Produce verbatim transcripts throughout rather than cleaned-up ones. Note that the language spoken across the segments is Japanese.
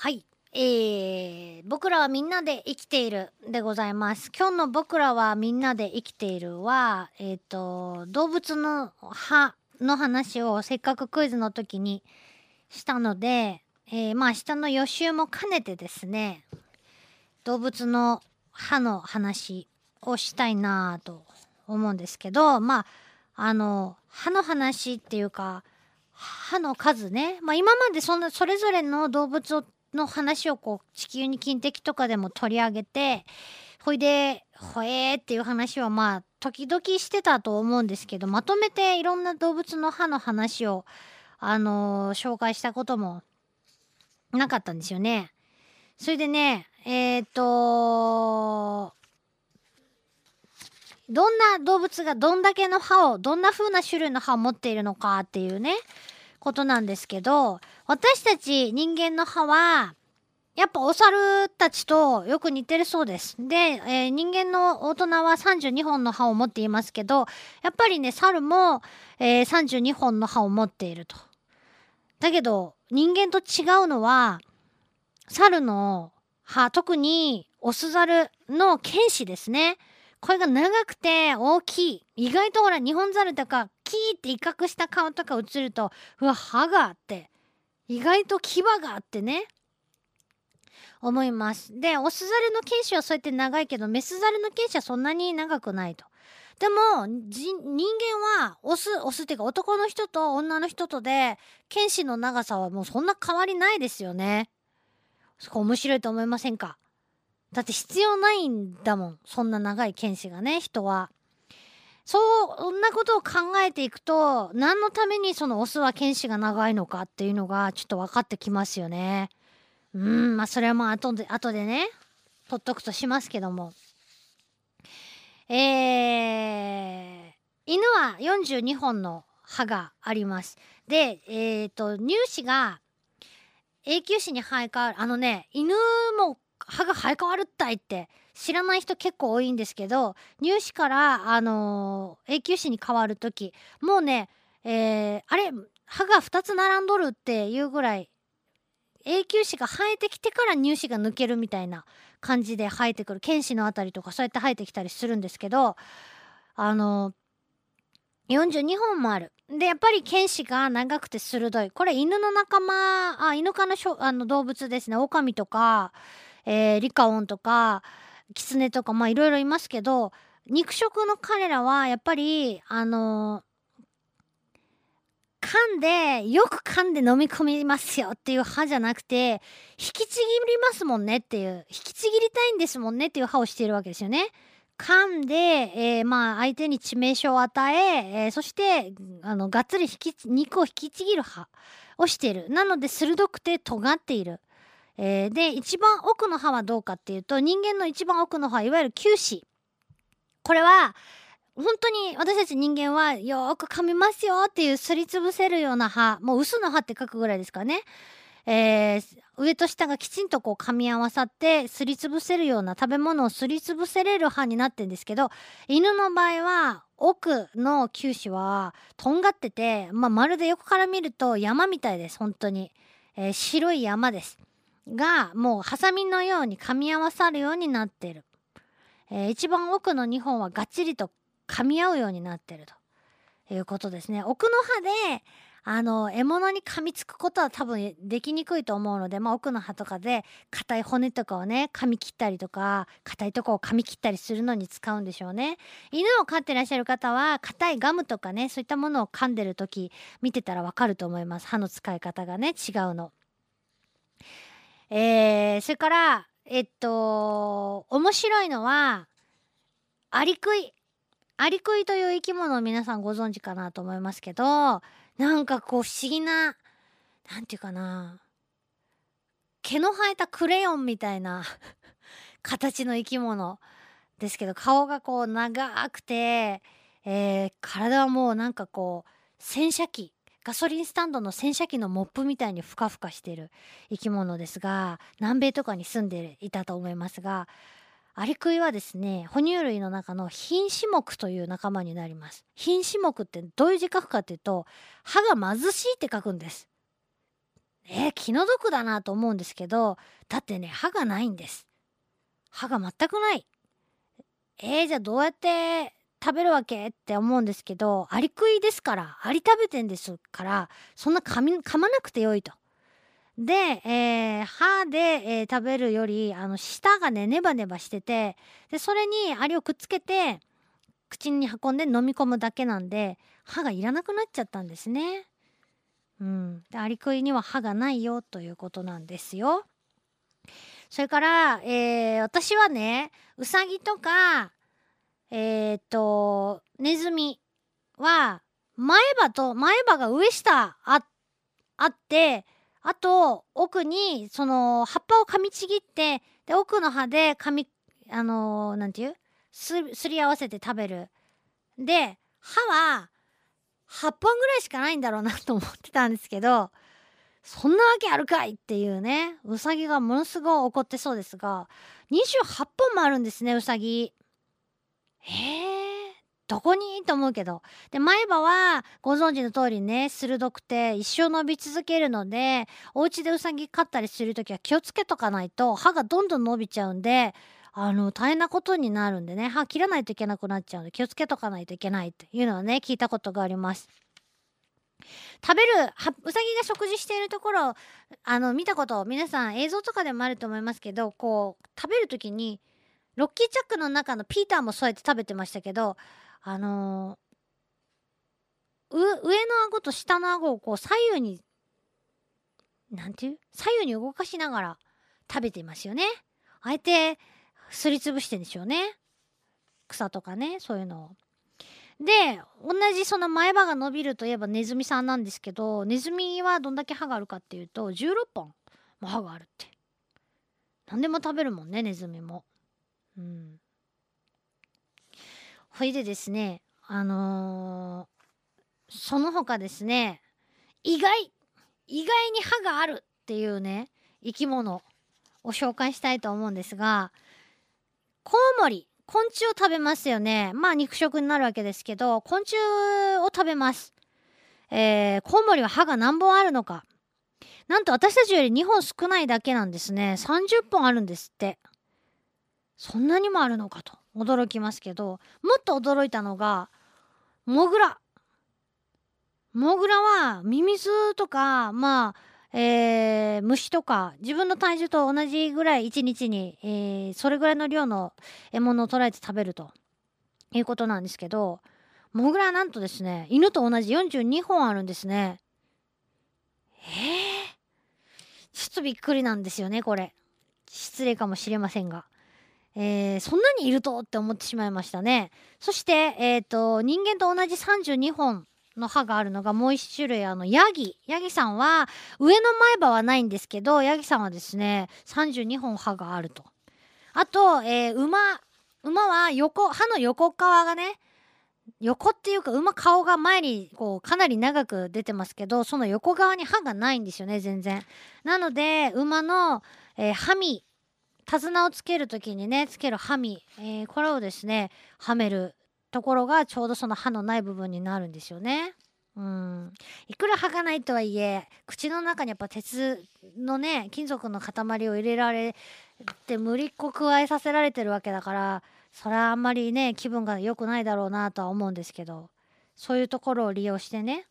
はい。えー、僕らはみんなで生きているでございます。今日の僕らはみんなで生きているは、えっ、と、動物の歯の話をせっかくクイズの時にしたので、えー、まあ明日の予習も兼ねてですね、動物の歯の話をしたいなぁと思うんですけど、まあ、あの、歯の話っていうか、歯の数ね。まあ今までそんな、それぞれの動物をの話をこう、地球に金的とかでも取り上げて、ほいで、ほえーっていう話はまあ、時々してたと思うんですけど、まとめていろんな動物の歯の話を、あのー紹介したこともなかったんですよね。それでね、えっ、とどんな動物がどんだけの歯を、どんな風な種類の歯を持っているのかっていうね、ことなんですけど、私たち人間の歯は、やっぱお猿たちとよく似てるそうです。で、えー人間の大人はさんじゅうにほんの歯を持っていますけど、やっぱりね、猿も、えーさんじゅうにほんの歯を持っていると。だけど、人間と違うのは、猿の歯、特にオス猿の犬歯ですね。これが長くて大きい。意外とほら、日本猿とか、キーって威嚇した顔とか映ると、うわ、歯があって、意外と牙があってね、思います。で、オスザルの犬種はそうやって長いけど、メスザルの犬種はそんなに長くないと。でも、じ人間は、オス、オスっていうか男の人と女の人とで、犬歯の長さはもうそんな変わりないですよね。そこ面白いと思いませんか？だって必要ないんだもん。そんな長い犬歯がね、人は。そんなことを考えていくと、何のためにそのオスは犬歯が長いのかっていうのがちょっと分かってきますよね。うん、まあそれはまあ後で、後でね、取っとくとしますけども。えー、犬はよんじゅうにほんの歯があります。で、えっと、乳歯が永久歯に生え変わる。あのね、犬も歯が生え変わるったいって知らない人結構多いんですけど、乳歯から、あのー永久歯に変わるとき、もうね、えー、あれ、歯がふたつ並んどるっていうぐらい、永久歯が生えてきてから乳歯が抜けるみたいな感じで生えてくる。犬歯のあたりとかそうやって生えてきたりするんですけど、あのーよんじゅうにほんもある。で、やっぱり犬歯が長くて鋭い。これ犬の仲間、あ、犬科のしょあの動物ですね。狼とか、えーリカオンとか、キツネとか、まあいろいろいますけど、肉食の彼らはやっぱり、あの噛んで、よく噛んで飲み込みますよっていう歯じゃなくて、引きちぎりますもんねっていう、引きちぎりたいんですもんねっていう歯をしているわけですよね。噛んで、えーまあ相手に致命傷を与え、えーそして、あの、がっつり引き、肉を引きちぎる歯をしている。なので鋭くて尖っている。えーで、一番奥の歯はどうかっていうと、人間の一番奥の歯、いわゆる臼歯。これは、本当に私たち人間はよーく噛みますよっていうすりつぶせるような歯、もう薄の歯って書くぐらいですからね。えー上と下がきちんとこう噛み合わさってすりつぶせるような食べ物をすりつぶせれる歯になってるんですけど、犬の場合は奥の臼歯はとんがってて、まあ、まるで横から見ると山みたいです、本当に。えー白い山です。が、もうハサミのように噛み合わさるようになってる。えー一番奥のにほんはがっちりと噛み合うようになってるということですね。奥の歯で、あの、獲物に噛みつくことは多分できにくいと思うので、まあ奥の歯とかで硬い骨とかをね、噛み切ったりとか、硬いとこを噛み切ったりするのに使うんでしょうね。犬を飼ってらっしゃる方は、硬いガムとかね、そういったものを噛んでる時見てたらわかると思います。歯の使い方がね、違うの。えー、それから、えっと、面白いのは、アリクイ。アリクイという生き物を皆さんご存知かなと思いますけど、なんかこう不思議な、なんていうかな、毛の生えたクレヨンみたいな形の生き物ですけど、顔がこう長くて、えー体はもうなんかこう、洗車機、ガソリンスタンドの洗車機のモップみたいにふかふかしてる生き物ですが、南米とかに住んでいたと思いますが、アリクイはですね、哺乳類の中の瀕死目という仲間になります。瀕死目ってどういう字書くかっていうと、歯が貧しいって書くんです。 えー、気の毒だなと思うんですけど、だってね、歯がないんです。歯が全くない。えー、じゃあどうやって食べるわけって思うんですけど、アリ食いですから、アリ食べてんですから、そんな噛み噛まなくてよいと。で、えー歯で、えー食べるより、あの、舌がね、ネバネバしてて、で、それにアリをくっつけて、口に運んで飲み込むだけなんで、歯がいらなくなっちゃったんですね。うん。で、アリクイには歯がないよということなんですよ。それから、えー私はね、ウサギとか、えーっと、ネズミは、前歯と、前歯が上下あ、あって、あと、奥に、その、葉っぱを噛みちぎって、で、奥の歯で噛み、あのーなんていうす、すり合わせて食べる。で、歯は、はっぽんぐらいしかないんだろうなと思ってたんですけど、そんなわけあるかいっていうね、うさぎがものすごい怒ってそうですが、にじゅうはっぽんもあるんですね、うさぎ。へえ、どこにと思うけど。で、前歯はご存知の通りね、鋭くて一生伸び続けるので、お家でうさぎ飼ったりするときは気をつけとかないと歯がどんどん伸びちゃうんで、あの、大変なことになるんでね、歯切らないといけなくなっちゃうんで気をつけとかないといけないっていうのはね、聞いたことがあります。食べるはうさぎが食事しているところ、あの見たこと皆さん映像とかでもあると思いますけど、こう食べる時にロッキーチャックの中のピーターもそうやって食べてましたけど、あのーう上の顎と下の顎をこう左右に、なんていう左右に動かしながら食べていますよね。あえてすりつぶしてんでしょうね。草とかね、そういうのを。で、同じその前歯が伸びるといえばネズミさんなんですけど、ネズミはどんだけ歯があるかっていうと、じゅうろっぽんも歯があるって。何でも食べるもんね、ネズミも。うん。ほいでですね、あのーその他ですね、意外、意外に歯があるっていうね、生き物を紹介したいと思うんですが、コウモリ、昆虫を食べますよね。まあ肉食になるわけですけど、昆虫を食べます。えー、コウモリは歯が何本あるのか。なんと私たちよりにほん少ないだけなんですね。さんじゅっぽんあるんですって。そんなにもあるのかと驚きますけど、もっと驚いたのが、モグラ。モグラはミミズとか、まあ、えー、虫とか、自分の体重と同じぐらいいちにちに、えー、それぐらいの量の獲物を捕らえて食べるということなんですけど、モグラはなんとですね、犬と同じよんじゅうにほんあるんですね。えー、ちょっとびっくりなんですよね、これ。失礼かもしれませんが。えー、そんなにいるとって思ってしまいましたね。そして、えっと、人間と同じさんじゅうにほんの歯があるのがもう一種類、あの、ヤギ。ヤギさんは、上の前歯はないんですけど、ヤギさんはですね、さんじゅうにほん歯があると。あと、えー、馬。馬は横、歯の横側がね、横っていうか馬顔が前にこうかなり長く出てますけど、その横側に歯がないんですよね、全然。なので馬の、えー、ハミ、手綱をつける時にねつけるハミ、えー、これをですねはめるところがちょうどその歯のない部分になるんですよね。うん、いくら歯がないとはいえ口の中にやっぱ鉄のね金属の塊を入れられて無理っこ加えさせられてるわけだから、それはあんまりね気分が良くないだろうなとは思うんですけど、そういうところを利用してね、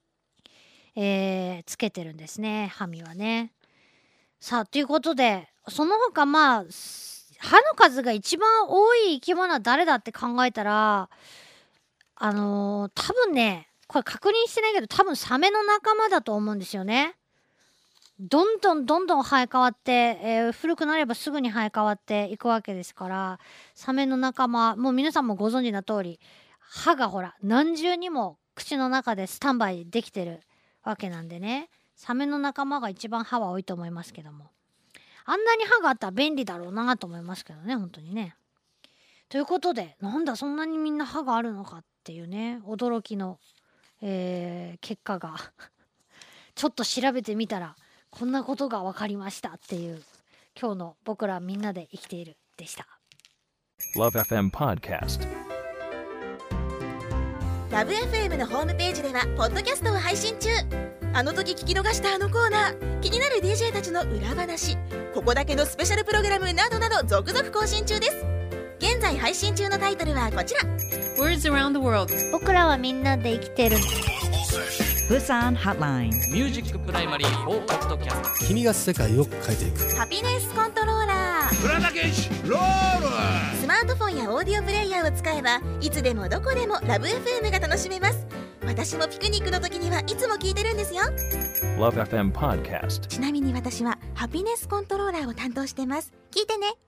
えー、つけてるんですね、歯みはね。さあということで、その他まあ歯の数が一番多い生き物は誰だって考えたら、あのー、多分ねこれ確認してないけど多分サメの仲間だと思うんですよね。どんどんどんどん生え変わって、えー古くなればすぐに生え変わっていくわけですから、サメの仲間、もう皆さんもご存知の通り、歯がほら、何重にも口の中でスタンバイできてるわけなんでね、サメの仲間が一番歯は多いと思いますけども。あんなに歯があったら便利だろうなと思いますけどね、本当にね。ということで、なんだそんなにみんな歯があるのかっていうね、驚きの、えー結果がちょっと調べてみたら、こんなことが分かりましたっていう今日の僕らみんなで生きているでした。 Love エフエム Podcast。 The ラブ エフエム のホームページではポッドキャストを配信中。あの時聞き逃したあのコーナー、気になる ディージェー たちの裏話、ここだけのスペシャルプログラムなどなど続々更新中です。現在配信中のタイトルはこちら。 Words around the world。 僕らはみんなで生きてる。 ブサンハッライン。 ミュージックプライマリーフォーポッドキャスト。 君が世界を変えていく。 ハピネスコントローラー。 浦田健士ロール。 スマートフォンやオーディオプレイヤーを使えばいつでもどこでもラブ エフエム が楽しめます。私もピクニックの時にはいつも聞いてるんですよ。 Love エフエム Podcast。 ちなみに私はハピネスコントローラーを担当してます。聞いてね。